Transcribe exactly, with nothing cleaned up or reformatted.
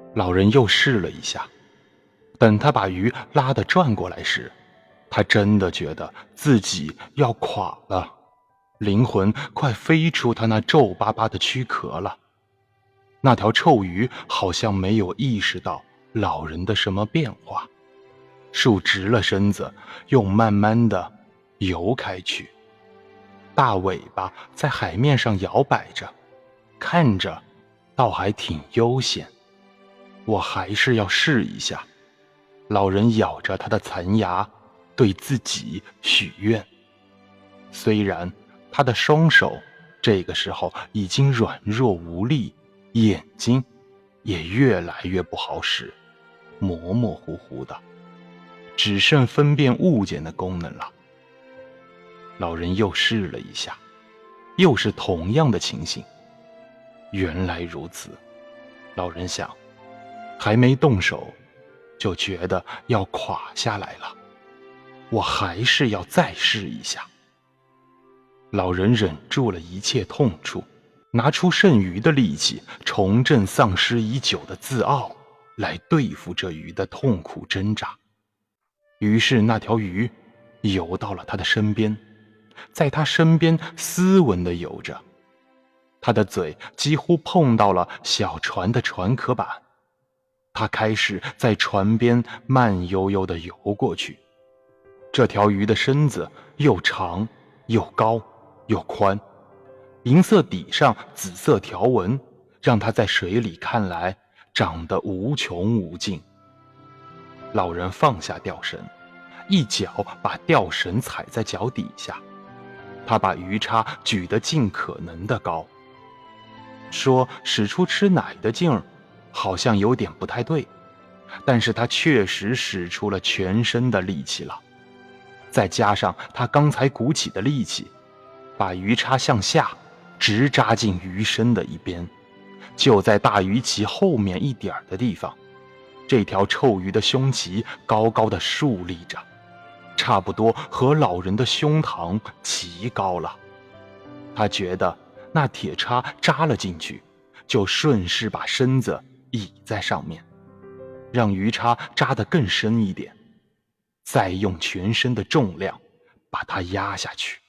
老人又试了一下，等他把鱼拉得转过来时，他真的觉得自己要垮了，灵魂快飞出他那皱巴巴的躯壳了。那条臭鱼好像没有意识到老人的什么变化，竖直了身子，又慢慢地游开去。大尾巴在海面上摇摆着，看着倒还挺悠闲。我还是要试一下。老人咬着他的残牙，对自己许愿。虽然他的双手这个时候已经软弱无力，眼睛也越来越不好使，模模糊糊的，只剩分辨物件的功能了。老人又试了一下，又是同样的情形。原来如此，老人想，还没动手就觉得要垮下来了，我还是要再试一下。老人忍住了一切痛楚，拿出剩余的力气，重振丧失已久的自傲，来对付这鱼的痛苦挣扎。于是那条鱼游到了他的身边，在他身边斯文地游着，他的嘴几乎碰到了小船的船壳板。他开始在船边慢悠悠地游过去。这条鱼的身子又长又高又宽，银色底上紫色条纹让它在水里看来长得无穷无尽。老人放下钓绳，一脚把钓绳踩在脚底下，他把鱼叉举得尽可能的高。说使出吃奶的劲儿好像有点不太对，但是他确实使出了全身的力气了。再加上他刚才鼓起的力气，把鱼叉向下直扎进鱼身的一边，就在大鱼鳍后面一点的地方，这条臭鱼的胸鳍高高的竖立着，差不多和老人的胸膛齐高了。他觉得那铁叉扎了进去，就顺势把身子倚在上面，让鱼叉扎得更深一点，再用全身的重量把它压下去。